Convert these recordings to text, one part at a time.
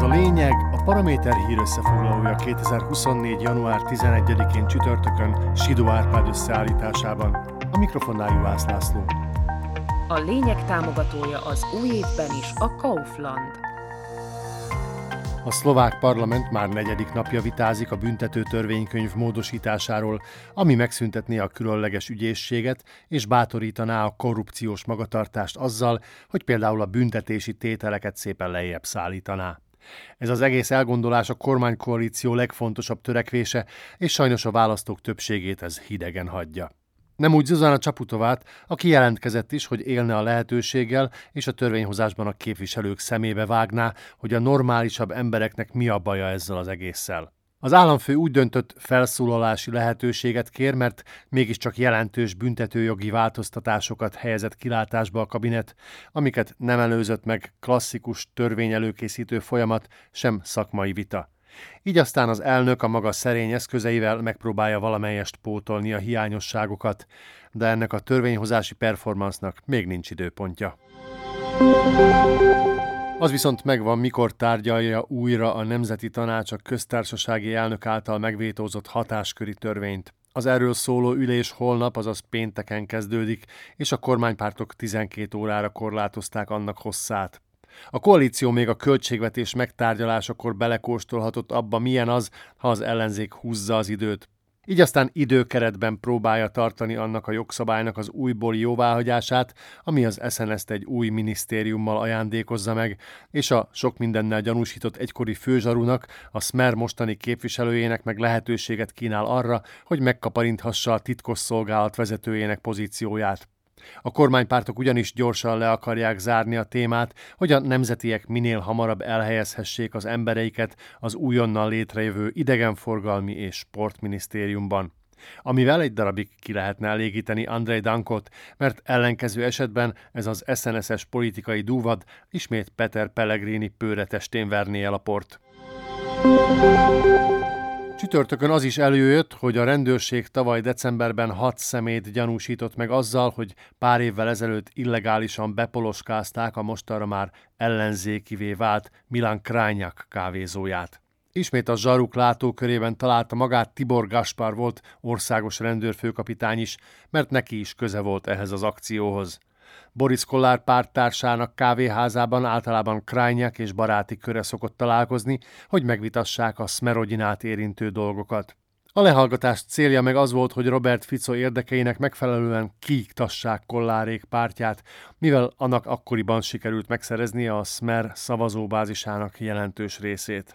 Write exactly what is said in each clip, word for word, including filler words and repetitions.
lényeg a Paraméter hír összefoglalója kétezer-huszonnégy. január tizenegyedikén csütörtökön Sidó Árpád összeállításában. A mikrofonnál Juhász László. A lényeg támogatója az új évben is a Kaufland. A szlovák parlament már negyedik napja vitázik a büntető törvénykönyv módosításáról, ami megszüntetné a különleges ügyészséget és bátorítaná a korrupciós magatartást azzal, hogy például a büntetési tételeket szépen lejjebb szállítaná. Ez az egész elgondolás a kormánykoalíció legfontosabb törekvése, és sajnos a választók többségét ez hidegen hagyja. Nem úgy Zuzana Csaputovát, aki jelentkezett is, hogy élne a lehetőséggel, és a törvényhozásban a képviselők szemébe vágná, hogy a normálisabb embereknek mi a baja ezzel az egésszel. Az államfő úgy döntött, felszólalási lehetőséget kér, mert mégiscsak jelentős büntetőjogi változtatásokat helyezett kilátásba a kabinet, amiket nem előzött meg klasszikus törvényelőkészítő folyamat, sem szakmai vita. Így aztán az elnök a maga szerény eszközeivel megpróbálja valamelyest pótolni a hiányosságokat, de ennek a törvényhozási performansznak még nincs időpontja. Az viszont megvan, mikor tárgyalja újra a Nemzeti Tanács a köztársasági elnök által megvétózott hatásköri törvényt. Az erről szóló ülés holnap, azaz pénteken kezdődik, és a kormánypártok tizenkét órára korlátozták annak hosszát. A koalíció még a költségvetés megtárgyalásakor belekóstolhatott abba, milyen az, ha az ellenzék húzza az időt. Így aztán időkeretben próbálja tartani annak a jogszabálynak az újbóli jóváhagyását, ami az es en es-t egy új minisztériummal ajándékozza meg, és a sok mindennel gyanúsított egykori főzsarúnak, a Smer mostani képviselőjének meg lehetőséget kínál arra, hogy megkaparinthassa a titkosszolgálat vezetőjének pozícióját. A kormánypártok ugyanis gyorsan le akarják zárni a témát, hogy a nemzetiek minél hamarabb elhelyezhessék az embereiket az újonnan létrejövő idegenforgalmi és sportminisztériumban. Amivel egy darabig ki lehetne elégíteni Andrej Dankot, mert ellenkező esetben ez az es en es-es politikai dúvad ismét Peter Pellegrini pőretestén verné el a port. Csütörtökön az is előjött, hogy a rendőrség tavaly decemberben hat személyt gyanúsított meg azzal, hogy pár évvel ezelőtt illegálisan bepoloskázták a mostanra már ellenzékivé vált Milan Krajnyak kávézóját. Ismét a zsaruk látókörében találta magát Tibor Gaspar volt országos rendőrfőkapitány is, mert neki is köze volt ehhez az akcióhoz. Boris Kollár párttársának kávéházában általában Krajnyak és baráti köre szokott találkozni, hogy megvitassák a Smerodinát érintő dolgokat. A lehallgatás célja meg az volt, hogy Robert Fico érdekeinek megfelelően kiiktassák Kollárék pártját, mivel annak akkoriban sikerült megszereznie a Smer szavazóbázisának jelentős részét.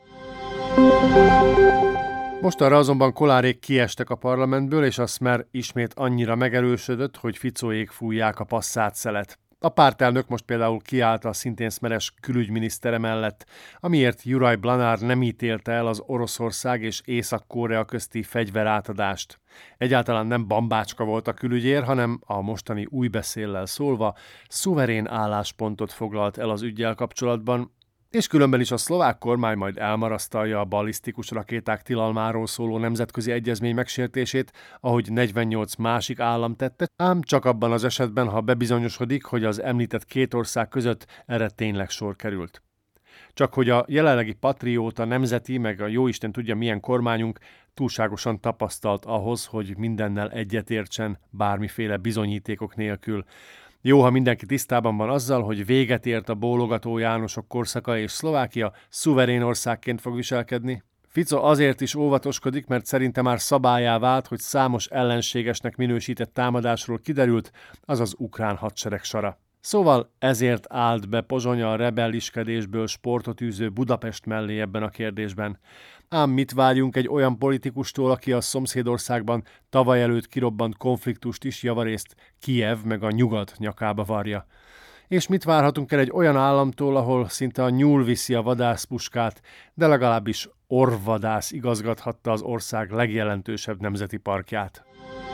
Mostanra azonban Kollárék kiestek a parlamentből, és a Smer ismét annyira megerősödött, hogy Ficóék fújják a passzát szelet. A pártelnök most például kiállt a szintén szmeres külügyminisztere mellett, amiért Juraj Blanár nem ítélte el az Oroszország és Észak-Korea közti fegyverátadást. Egyáltalán nem bambácska volt a külügyér, hanem a mostani új beszéllel szólva szuverén álláspontot foglalt el az üggyel kapcsolatban, és különben is a szlovák kormány majd elmarasztalja a ballisztikus rakéták tilalmáról szóló nemzetközi egyezmény megsértését, ahogy negyvennyolc másik állam tette, ám csak abban az esetben, ha bebizonyosodik, hogy az említett két ország között erre tényleg sor került. Csak hogy a jelenlegi patrióta nemzeti, meg a jóisten tudja milyen kormányunk túlságosan tapasztalt ahhoz, hogy mindennel egyetértsen bármiféle bizonyítékok nélkül. Jó, ha mindenki tisztában van azzal, hogy véget ért a bólogató Jánosok korszaka, és Szlovákia szuverén országként fog viselkedni. Fico azért is óvatoskodik, mert szerinte már szabállyá vált, hogy számos ellenségesnek minősített támadásról kiderült, azaz ukrán hadsereg sara. Szóval ezért állt be Pozsonya a rebelliskedésből sportot űző Budapest mellé ebben a kérdésben. Ám mit várjunk egy olyan politikustól, aki a szomszédországban tavaly előtt kirobbant konfliktust is javarészt Kijev meg a nyugat nyakába varja? És mit várhatunk el egy olyan államtól, ahol szinte a nyúl viszi a vadászpuskát, de legalábbis orvvadász igazgathatta az ország legjelentősebb nemzeti parkját?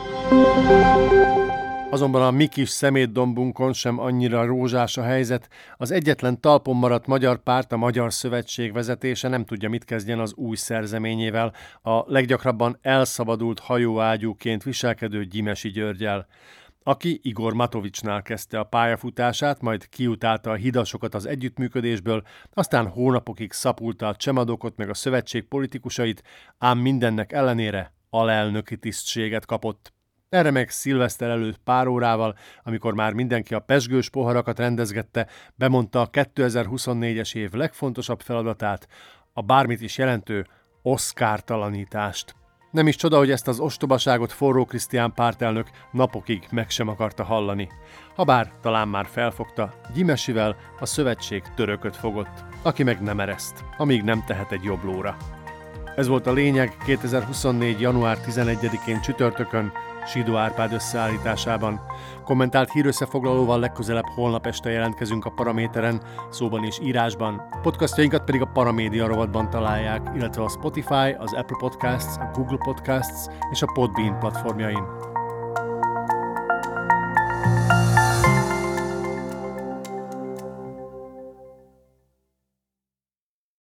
Azonban a mi kis szemétdombunkon sem annyira rózsás a helyzet, az egyetlen talpon maradt magyar párt, a Magyar Szövetség vezetése nem tudja, mit kezdjen az új szerzeményével, a leggyakrabban elszabadult hajóágyúként viselkedő Gyimesi Györggyel. aki Igor Matovicsnál kezdte a pályafutását, majd kiutálta a hidasokat az együttműködésből, aztán hónapokig szapulta a Csemadokot meg a szövetség politikusait, ám mindennek ellenére alelnöki tisztséget kapott. Erre meg szilveszter előtt pár órával, amikor már mindenki a pezsgős poharakat rendezgette, bemondta a kétezer-huszonnégyes év legfontosabb feladatát, a bármit is jelentő oszkártalanítást. Nem is csoda, hogy ezt az ostobaságot Forró Krisztián pártelnök napokig meg sem akarta hallani. Habár talán már felfogta, Gyimesivel a szövetség törököt fogott, aki meg nem ereszt, amíg nem tehet egy jobb lóra. Ez volt a lényeg kétezer-huszonnégy. január tizenegyedikén csütörtökön, Sidó Árpád összeállításában. Kommentált hírösszefoglalóval legközelebb holnap este jelentkezünk a Paraméteren, szóban és írásban. Podcastjainkat pedig a Paramédia rovatban találják, illetve a Spotify, az Apple Podcasts, a Google Podcasts és a Podbean platformjain.